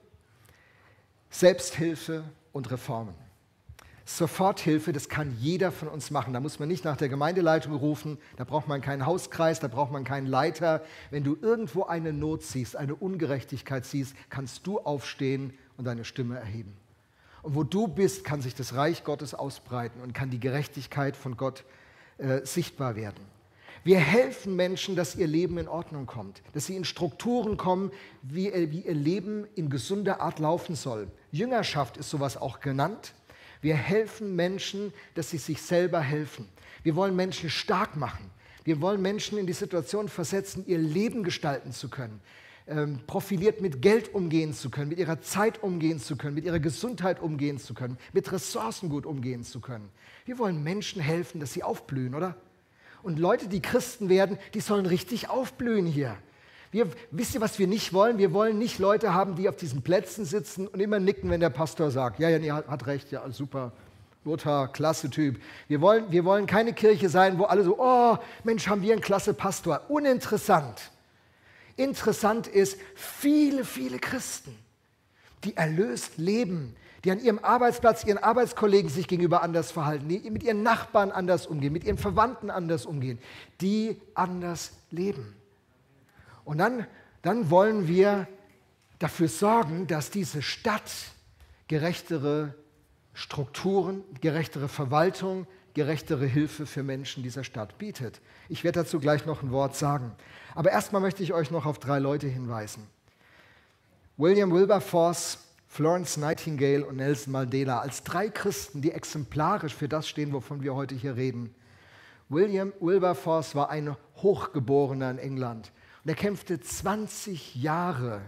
Selbsthilfe und Reformen. Soforthilfe, das kann jeder von uns machen. Da muss man nicht nach der Gemeindeleitung rufen, da braucht man keinen Hauskreis, da braucht man keinen Leiter. Wenn du irgendwo eine Not siehst, eine Ungerechtigkeit siehst, kannst du aufstehen und deine Stimme erheben. Und wo du bist, kann sich das Reich Gottes ausbreiten und kann die Gerechtigkeit von Gott äh, sichtbar werden. Wir helfen Menschen, dass ihr Leben in Ordnung kommt, dass sie in Strukturen kommen, wie, wie ihr Leben in gesunder Art laufen soll. Jüngerschaft ist sowas auch genannt. Wir helfen Menschen, dass sie sich selber helfen. Wir wollen Menschen stark machen. Wir wollen Menschen in die Situation versetzen, ihr Leben gestalten zu können, ähm, profiliert mit Geld umgehen zu können, mit ihrer Zeit umgehen zu können, mit ihrer Gesundheit umgehen zu können, mit Ressourcen gut umgehen zu können. Wir wollen Menschen helfen, dass sie aufblühen, oder? Und Leute, die Christen werden, die sollen richtig aufblühen hier. Wir, wisst ihr, was wir nicht wollen? Wir wollen nicht Leute haben, die auf diesen Plätzen sitzen und immer nicken, wenn der Pastor sagt, ja, ja, nee, hat, hat recht, ja, super, Lothar, klasse Typ. Wir wollen, wir wollen keine Kirche sein, wo alle so, oh, Mensch, haben wir einen klasse Pastor. Uninteressant. Interessant ist, viele, viele Christen, die erlöst leben, die an ihrem Arbeitsplatz, ihren Arbeitskollegen sich gegenüber anders verhalten, die mit ihren Nachbarn anders umgehen, mit ihren Verwandten anders umgehen, die anders leben. Und dann, dann wollen wir dafür sorgen, dass diese Stadt gerechtere Strukturen, gerechtere Verwaltung, gerechtere Hilfe für Menschen dieser Stadt bietet. Ich werde dazu gleich noch ein Wort sagen. Aber erstmal möchte ich euch noch auf drei Leute hinweisen. William Wilberforce, Florence Nightingale und Nelson Mandela als drei Christen, die exemplarisch für das stehen, wovon wir heute hier reden. William Wilberforce war ein Hochgeborener in England. Und er kämpfte zwanzig Jahre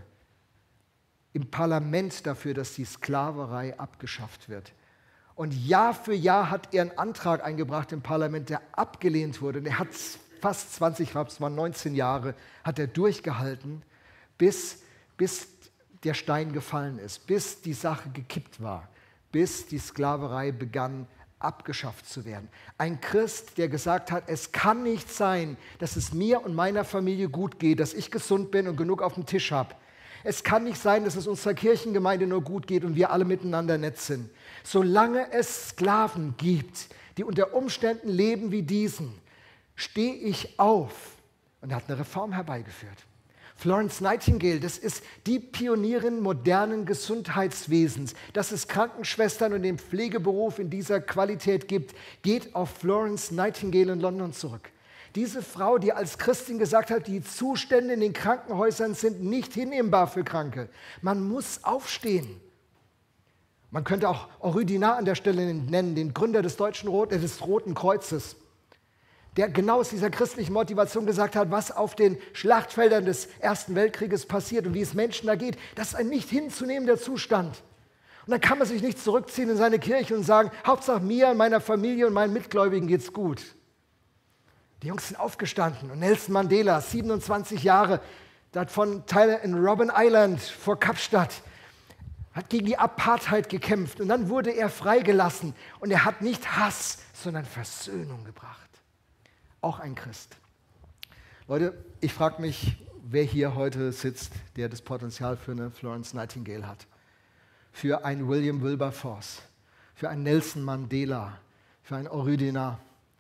im Parlament dafür, dass die Sklaverei abgeschafft wird. Und Jahr für Jahr hat er einen Antrag eingebracht im Parlament, der abgelehnt wurde. Und er hat fast zwanzig, ich glaube, es waren neunzehn Jahre, hat er durchgehalten, bis, bis der Stein gefallen ist, bis die Sache gekippt war, bis die Sklaverei begann abgeschafft zu werden. Ein Christ, der gesagt hat, es kann nicht sein, dass es mir und meiner Familie gut geht, dass ich gesund bin und genug auf dem Tisch habe. Es kann nicht sein, dass es unserer Kirchengemeinde nur gut geht und wir alle miteinander nett sind. Solange es Sklaven gibt, die unter Umständen leben wie diesen, stehe ich auf. Und er hat eine Reform herbeigeführt. Florence Nightingale, das ist die Pionierin modernen Gesundheitswesens. Dass es Krankenschwestern und den Pflegeberuf in dieser Qualität gibt, geht auf Florence Nightingale in London zurück. Diese Frau, die als Christin gesagt hat, die Zustände in den Krankenhäusern sind nicht hinnehmbar für Kranke. Man muss aufstehen. Man könnte auch Orydinar an der Stelle nennen, den Gründer des, Deutschen Rot, äh, des Roten Kreuzes, der genau aus dieser christlichen Motivation gesagt hat, was auf den Schlachtfeldern des Ersten Weltkrieges passiert und wie es Menschen da geht. Das ist ein nicht hinzunehmender Zustand. Und dann kann man sich nicht zurückziehen in seine Kirche und sagen, Hauptsache mir, meiner Familie und meinen Mitgläubigen geht's gut. Die Jungs sind aufgestanden und Nelson Mandela, siebenundzwanzig Jahre, von Tyler in Robben Island vor Kapstadt, hat gegen die Apartheid gekämpft und dann wurde er freigelassen und er hat nicht Hass, sondern Versöhnung gebracht. Auch ein Christ. Leute, ich frage mich, wer hier heute sitzt, der das Potenzial für eine Florence Nightingale hat, für einen William Wilberforce, für einen Nelson Mandela, für einen Orydinar.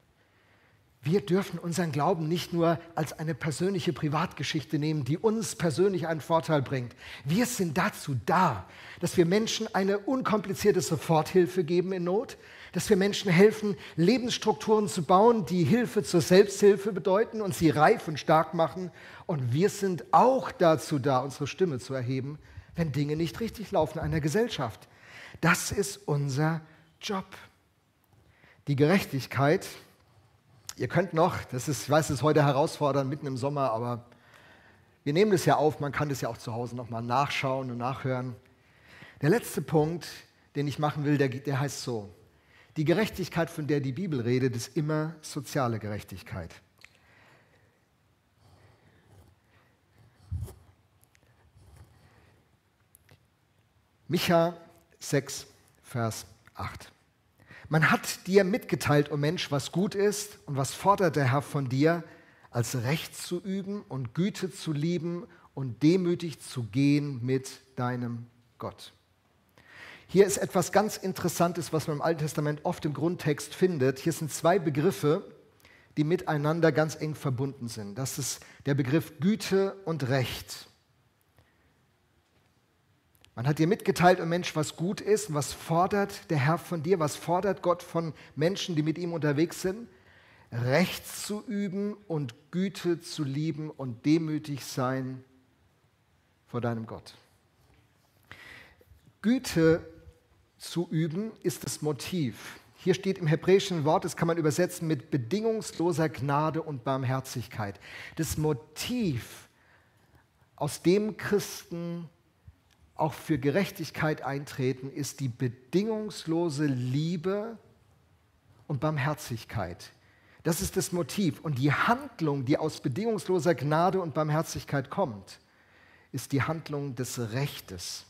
Wir dürfen unseren Glauben nicht nur als eine persönliche Privatgeschichte nehmen, die uns persönlich einen Vorteil bringt. Wir sind dazu da, dass wir Menschen eine unkomplizierte Soforthilfe geben in Not, dass wir Menschen helfen, Lebensstrukturen zu bauen, die Hilfe zur Selbsthilfe bedeuten und sie reif und stark machen. Und wir sind auch dazu da, unsere Stimme zu erheben, wenn Dinge nicht richtig laufen in einer Gesellschaft. Das ist unser Job. Die Gerechtigkeit, ihr könnt noch, das ist, ich weiß, es ist heute herausfordernd, mitten im Sommer, aber wir nehmen das ja auf, man kann das ja auch zu Hause nochmal nachschauen und nachhören. Der letzte Punkt, den ich machen will, der, der heißt so: Die Gerechtigkeit, von der die Bibel redet, ist immer soziale Gerechtigkeit. Micha sechs, Vers acht. Man hat dir mitgeteilt, o Mensch, was gut ist und was fordert der Herr von dir, als Recht zu üben und Güte zu lieben und demütig zu gehen mit deinem Gott. Hier ist etwas ganz Interessantes, was man im Alten Testament oft im Grundtext findet. Hier sind zwei Begriffe, die miteinander ganz eng verbunden sind. Das ist der Begriff Güte und Recht. Man hat dir mitgeteilt, o Mensch, was gut ist und was fordert der Herr von dir, was fordert Gott von Menschen, die mit ihm unterwegs sind? Recht zu üben und Güte zu lieben und demütig sein vor deinem Gott. Güte zu üben ist das Motiv. Hier steht im hebräischen Wort, das kann man übersetzen mit bedingungsloser Gnade und Barmherzigkeit. Das Motiv, aus dem Christen auch für Gerechtigkeit eintreten, ist die bedingungslose Liebe und Barmherzigkeit. Das ist das Motiv. Und die Handlung, die aus bedingungsloser Gnade und Barmherzigkeit kommt, ist die Handlung des Rechtes.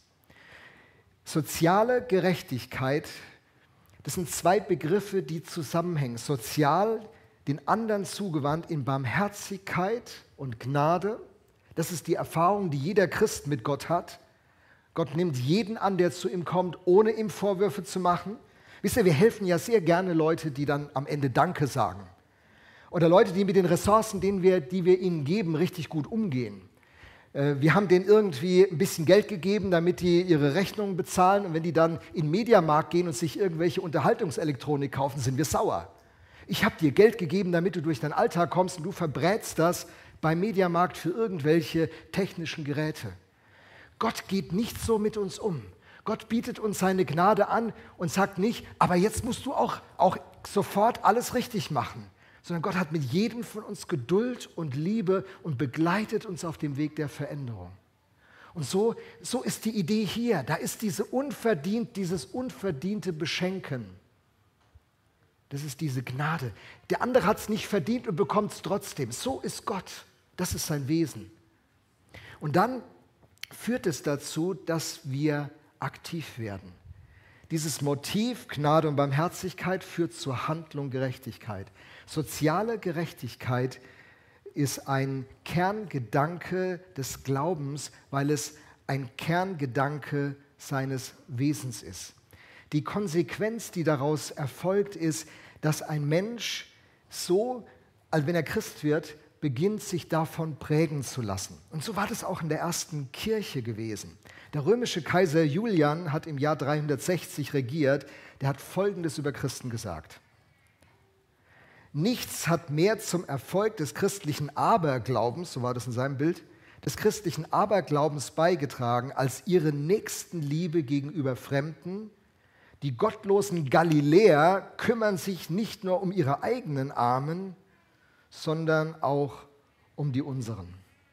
Soziale Gerechtigkeit, das sind zwei Begriffe, die zusammenhängen. Sozial, den anderen zugewandt in Barmherzigkeit und Gnade. Das ist die Erfahrung, die jeder Christ mit Gott hat. Gott nimmt jeden an, der zu ihm kommt, ohne ihm Vorwürfe zu machen. Wisst ihr, wir helfen ja sehr gerne Leute, die dann am Ende Danke sagen. Oder Leute, die mit den Ressourcen, denen wir, die wir ihnen geben, richtig gut umgehen. Wir haben denen irgendwie ein bisschen Geld gegeben, damit die ihre Rechnungen bezahlen. Und wenn die dann in den Mediamarkt gehen und sich irgendwelche Unterhaltungselektronik kaufen, sind wir sauer. Ich habe dir Geld gegeben, damit du durch deinen Alltag kommst und du verbrätst das beim Mediamarkt für irgendwelche technischen Geräte. Gott geht nicht so mit uns um. Gott bietet uns seine Gnade an und sagt nicht, aber jetzt musst du auch, auch sofort alles richtig machen. Sondern Gott hat mit jedem von uns Geduld und Liebe und begleitet uns auf dem Weg der Veränderung. Und so, so ist die Idee hier. Da ist diese unverdient, dieses unverdiente Beschenken. Das ist diese Gnade. Der andere hat es nicht verdient und bekommt es trotzdem. So ist Gott. Das ist sein Wesen. Und dann führt es dazu, dass wir aktiv werden. Dieses Motiv Gnade und Barmherzigkeit führt zur Handlung Gerechtigkeit. Soziale Gerechtigkeit ist ein Kerngedanke des Glaubens, weil es ein Kerngedanke seines Wesens ist. Die Konsequenz, die daraus erfolgt, ist, dass ein Mensch so, als wenn er Christ wird, beginnt, sich davon prägen zu lassen. Und so war das auch in der ersten Kirche gewesen. Der römische Kaiser Julian hat im Jahr dreihundertsechzig regiert. Der hat Folgendes über Christen gesagt: Nichts hat mehr zum Erfolg des christlichen Aberglaubens, so war das in seinem Bild, des christlichen Aberglaubens beigetragen, als ihre Nächstenliebe gegenüber Fremden. Die gottlosen Galiläer kümmern sich nicht nur um ihre eigenen Armen, sondern auch um die unseren.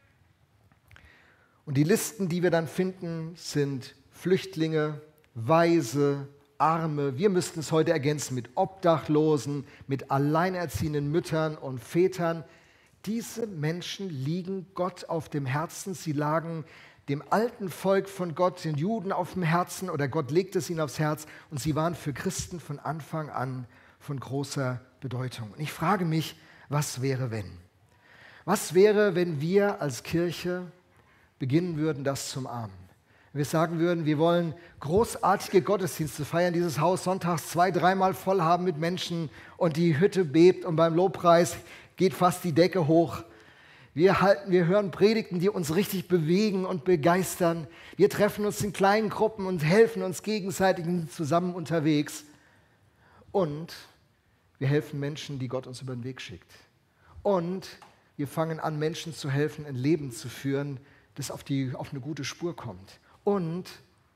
Und die Listen, die wir dann finden, sind Flüchtlinge, Waise, Arme. Wir müssten es heute ergänzen mit Obdachlosen, mit alleinerziehenden Müttern und Vätern. Diese Menschen liegen Gott auf dem Herzen. Sie lagen dem alten Volk von Gott, den Juden, auf dem Herzen, oder Gott legte es ihnen aufs Herz, und sie waren für Christen von Anfang an von großer Bedeutung. Und ich frage mich, was wäre, wenn? Was wäre, wenn wir als Kirche beginnen würden, das zu umarmen? Wir sagen würden, wir wollen großartige Gottesdienste feiern, dieses Haus sonntags zwei-, dreimal voll haben mit Menschen und die Hütte bebt und beim Lobpreis geht fast die Decke hoch. Wir, halten, wir hören Predigten, die uns richtig bewegen und begeistern. Wir treffen uns in kleinen Gruppen und helfen uns gegenseitig zusammen unterwegs. Und wir helfen Menschen, die Gott uns über den Weg schickt. Und wir fangen an, Menschen zu helfen, ein Leben zu führen, das auf, die, auf eine gute Spur kommt. Und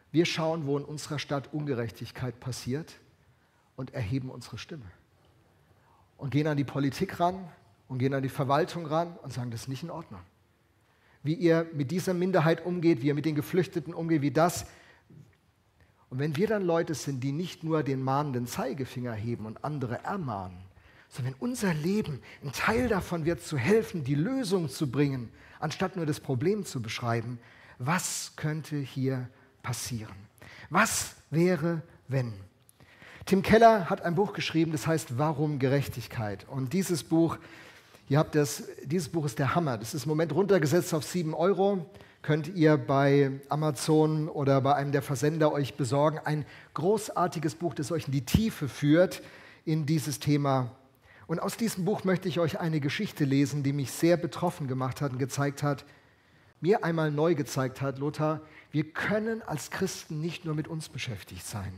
Wir schauen, wo in unserer Stadt Ungerechtigkeit passiert und erheben unsere Stimme. Und gehen an die Politik ran und gehen an die Verwaltung ran und sagen, das ist nicht in Ordnung. Wie ihr mit dieser Minderheit umgeht, wie ihr mit den Geflüchteten umgeht, wie das. Und wenn wir dann Leute sind, die nicht nur den mahnenden Zeigefinger heben und andere ermahnen, sondern wenn unser Leben ein Teil davon wird, zu helfen, die Lösung zu bringen, anstatt nur das Problem zu beschreiben, was könnte hier passieren? Was wäre, wenn? Tim Keller hat ein Buch geschrieben, das heißt Warum Gerechtigkeit? Und dieses Buch, ihr habt das, dieses Buch ist der Hammer. Das ist im Moment runtergesetzt auf sieben Euro. Könnt ihr bei Amazon oder bei einem der Versender euch besorgen. Ein großartiges Buch, das euch in die Tiefe führt in dieses Thema. Und aus diesem Buch möchte ich euch eine Geschichte lesen, die mich sehr betroffen gemacht hat und gezeigt hat, mir einmal neu gezeigt hat, Lothar, wir können als Christen nicht nur mit uns beschäftigt sein.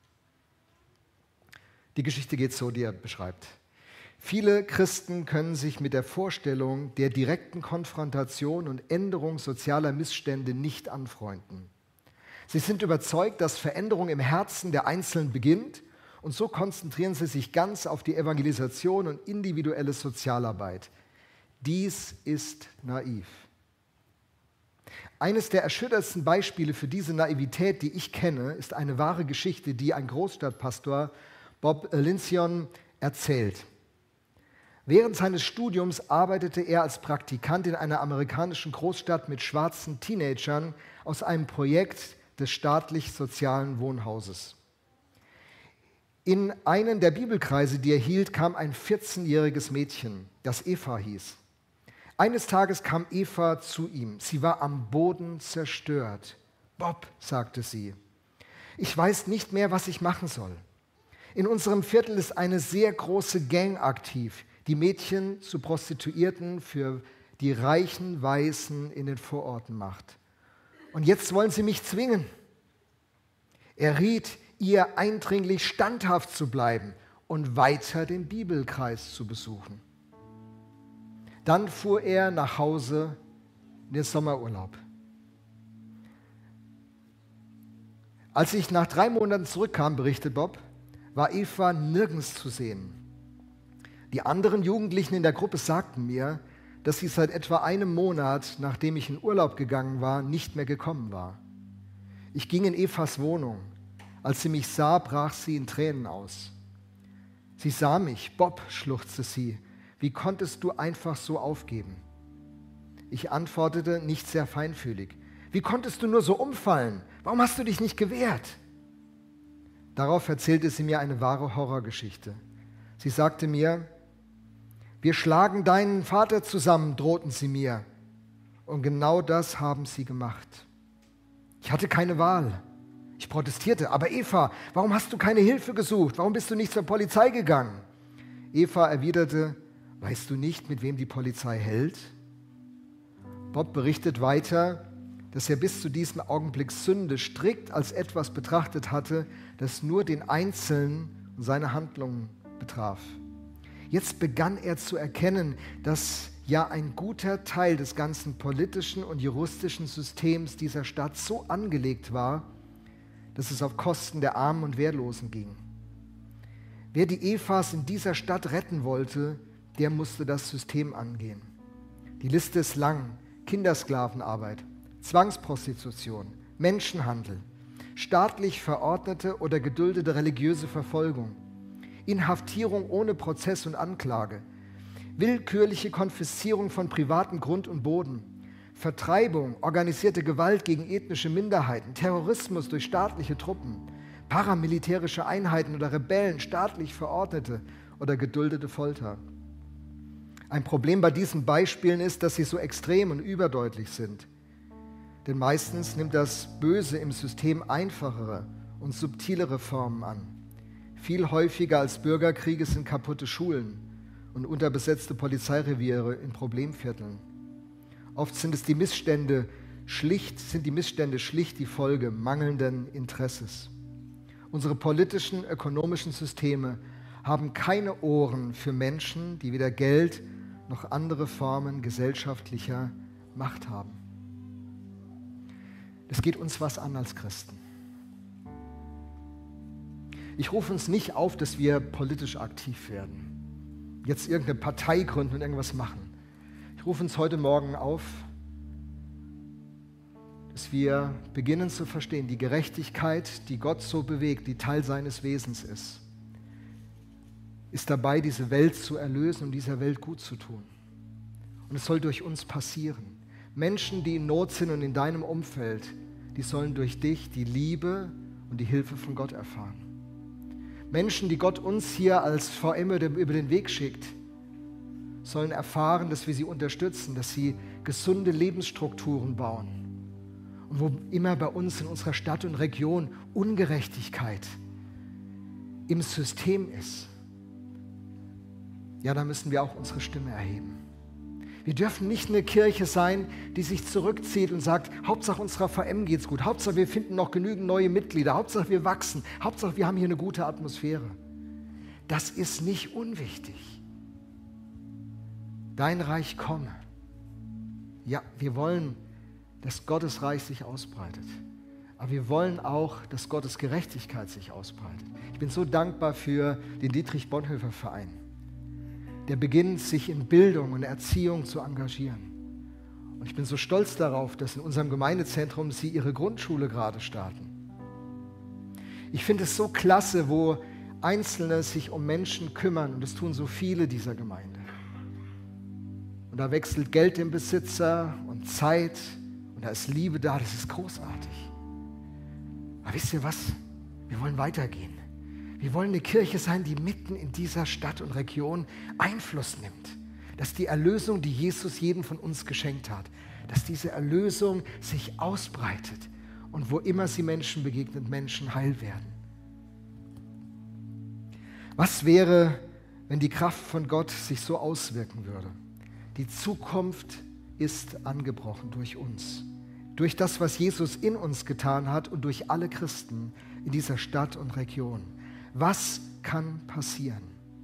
Die Geschichte geht so, die er beschreibt. Viele Christen können sich mit der Vorstellung der direkten Konfrontation und Änderung sozialer Missstände nicht anfreunden. Sie sind überzeugt, dass Veränderung im Herzen der Einzelnen beginnt und so konzentrieren sie sich ganz auf die Evangelisation und individuelle Sozialarbeit. Dies ist naiv. Eines der erschütterndsten Beispiele für diese Naivität, die ich kenne, ist eine wahre Geschichte, die ein Großstadtpastor Bob Lincion erzählt. Während seines Studiums arbeitete er als Praktikant in einer amerikanischen Großstadt mit schwarzen Teenagern aus einem Projekt des staatlich-sozialen Wohnhauses. In einen der Bibelkreise, die er hielt, kam ein vierzehnjähriges Mädchen, das Eva hieß. Eines Tages kam Eva zu ihm. Sie war am Boden zerstört. Bob, sagte sie, ich weiß nicht mehr, was ich machen soll. In unserem Viertel ist eine sehr große Gang aktiv, die Mädchen zu Prostituierten für die reichen Weißen in den Vororten macht. Und jetzt wollen sie mich zwingen. Er riet ihr eindringlich, standhaft zu bleiben und weiter den Bibelkreis zu besuchen. Dann fuhr er nach Hause in den Sommerurlaub. Als ich nach drei Monaten zurückkam, berichtet Bob, war Eva nirgends zu sehen. Die anderen Jugendlichen in der Gruppe sagten mir, dass sie seit etwa einem Monat, nachdem ich in Urlaub gegangen war, nicht mehr gekommen war. Ich ging in Evas Wohnung. Als sie mich sah, brach sie in Tränen aus. Sie sah mich. Bob, schluchzte sie, wie konntest du einfach so aufgeben? Ich antwortete nicht sehr feinfühlig. Wie konntest du nur so umfallen? Warum hast du dich nicht gewehrt? Darauf erzählte sie mir eine wahre Horrorgeschichte. Sie sagte mir, wir schlagen deinen Vater zusammen, drohten sie mir. Und genau das haben sie gemacht. Ich hatte keine Wahl. Ich protestierte. Aber Eva, warum hast du keine Hilfe gesucht? Warum bist du nicht zur Polizei gegangen? Eva erwiderte, weißt du nicht, mit wem die Polizei hält? Bob berichtet weiter, dass er bis zu diesem Augenblick Sünde strikt als etwas betrachtet hatte, das nur den Einzelnen und seine Handlungen betraf. Jetzt begann er zu erkennen, dass ja ein guter Teil des ganzen politischen und juristischen Systems dieser Stadt so angelegt war, dass es auf Kosten der Armen und Wehrlosen ging. Wer die Evas in dieser Stadt retten wollte, der musste das System angehen. Die Liste ist lang: Kindersklavenarbeit, Zwangsprostitution, Menschenhandel, staatlich verordnete oder geduldete religiöse Verfolgung, Inhaftierung ohne Prozess und Anklage, willkürliche Konfiszierung von privatem Grund und Boden, Vertreibung, organisierte Gewalt gegen ethnische Minderheiten, Terrorismus durch staatliche Truppen, paramilitärische Einheiten oder Rebellen, staatlich verordnete oder geduldete Folter. Ein Problem bei diesen Beispielen ist, dass sie so extrem und überdeutlich sind. Denn meistens nimmt das Böse im System einfachere und subtilere Formen an. Viel häufiger als Bürgerkriege sind kaputte Schulen und unterbesetzte Polizeireviere in Problemvierteln. Oft sind es die Missstände schlicht, sind die Missstände schlicht die Folge mangelnden Interesses. Unsere politischen, ökonomischen Systeme haben keine Ohren für Menschen, die weder Geld noch andere Formen gesellschaftlicher Macht haben. Es geht uns was an als Christen. Ich rufe uns nicht auf, dass wir politisch aktiv werden, jetzt irgendeine Partei gründen und irgendwas machen. Ich rufe uns heute Morgen auf, dass wir beginnen zu verstehen, die Gerechtigkeit, die Gott so bewegt, die Teil seines Wesens ist, ist dabei, diese Welt zu erlösen und dieser Welt gut zu tun. Und es soll durch uns passieren. Menschen, die in Not sind und in deinem Umfeld, die sollen durch dich die Liebe und die Hilfe von Gott erfahren. Menschen, die Gott uns hier als V M über den Weg schickt, sollen erfahren, dass wir sie unterstützen, dass sie gesunde Lebensstrukturen bauen. Und wo immer bei uns in unserer Stadt und Region Ungerechtigkeit im System ist, ja, da müssen wir auch unsere Stimme erheben. Wir dürfen nicht eine Kirche sein, die sich zurückzieht und sagt, Hauptsache unserer V M geht's gut, Hauptsache wir finden noch genügend neue Mitglieder, Hauptsache wir wachsen, Hauptsache wir haben hier eine gute Atmosphäre. Das ist nicht unwichtig. Dein Reich komme. Ja, wir wollen, dass Gottes Reich sich ausbreitet. Aber wir wollen auch, dass Gottes Gerechtigkeit sich ausbreitet. Ich bin so dankbar für den Dietrich Bonhoeffer Verein, der beginnt, sich in Bildung und Erziehung zu engagieren. Und ich bin so stolz darauf, dass in unserem Gemeindezentrum sie ihre Grundschule gerade starten. Ich finde es so klasse, wo Einzelne sich um Menschen kümmern, und das tun so viele dieser Gemeinde. Und da wechselt Geld im Besitzer und Zeit, und da ist Liebe da, das ist großartig. Aber wisst ihr was? Wir wollen weitergehen. Wir wollen eine Kirche sein, die mitten in dieser Stadt und Region Einfluss nimmt. Dass die Erlösung, die Jesus jedem von uns geschenkt hat, dass diese Erlösung sich ausbreitet und wo immer sie Menschen begegnet, Menschen heil werden. Was wäre, wenn die Kraft von Gott sich so auswirken würde? Die Zukunft ist angebrochen durch uns, durch das, was Jesus in uns getan hat und durch alle Christen in dieser Stadt und Region. Was kann passieren?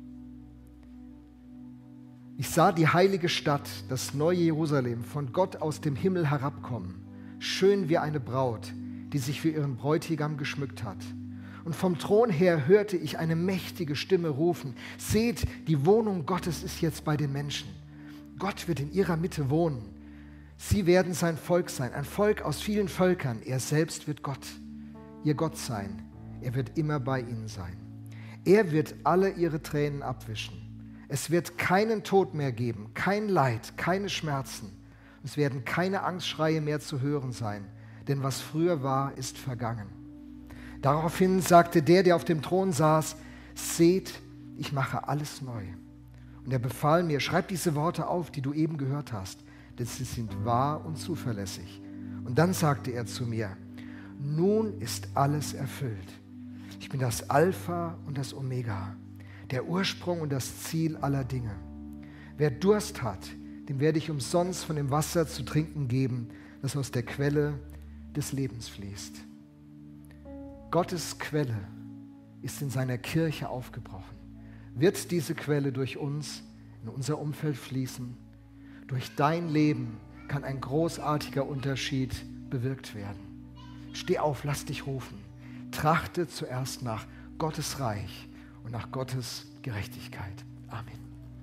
Ich sah die heilige Stadt, das neue Jerusalem, von Gott aus dem Himmel herabkommen, schön wie eine Braut, die sich für ihren Bräutigam geschmückt hat. Und vom Thron her hörte ich eine mächtige Stimme rufen: Seht, die Wohnung Gottes ist jetzt bei den Menschen. Gott wird in ihrer Mitte wohnen. Sie werden sein Volk sein, ein Volk aus vielen Völkern. Er selbst wird Gott, ihr Gott sein. Er wird immer bei ihnen sein. Er wird alle ihre Tränen abwischen. Es wird keinen Tod mehr geben, kein Leid, keine Schmerzen. Es werden keine Angstschreie mehr zu hören sein, denn was früher war, ist vergangen. Daraufhin sagte der, der auf dem Thron saß: Seht, ich mache alles neu. Und er befahl mir: Schreib diese Worte auf, die du eben gehört hast, denn sie sind wahr und zuverlässig. Und dann sagte er zu mir: Nun ist alles erfüllt. Ich bin das Alpha und das Omega, der Ursprung und das Ziel aller Dinge. Wer Durst hat, dem werde ich umsonst von dem Wasser zu trinken geben, das aus der Quelle des Lebens fließt. Gottes Quelle ist in seiner Kirche aufgebrochen. Wird diese Quelle durch uns in unser Umfeld fließen? Durch dein Leben kann ein großartiger Unterschied bewirkt werden. Steh auf, lass dich rufen. Trachte zuerst nach Gottes Reich und nach Gottes Gerechtigkeit. Amen.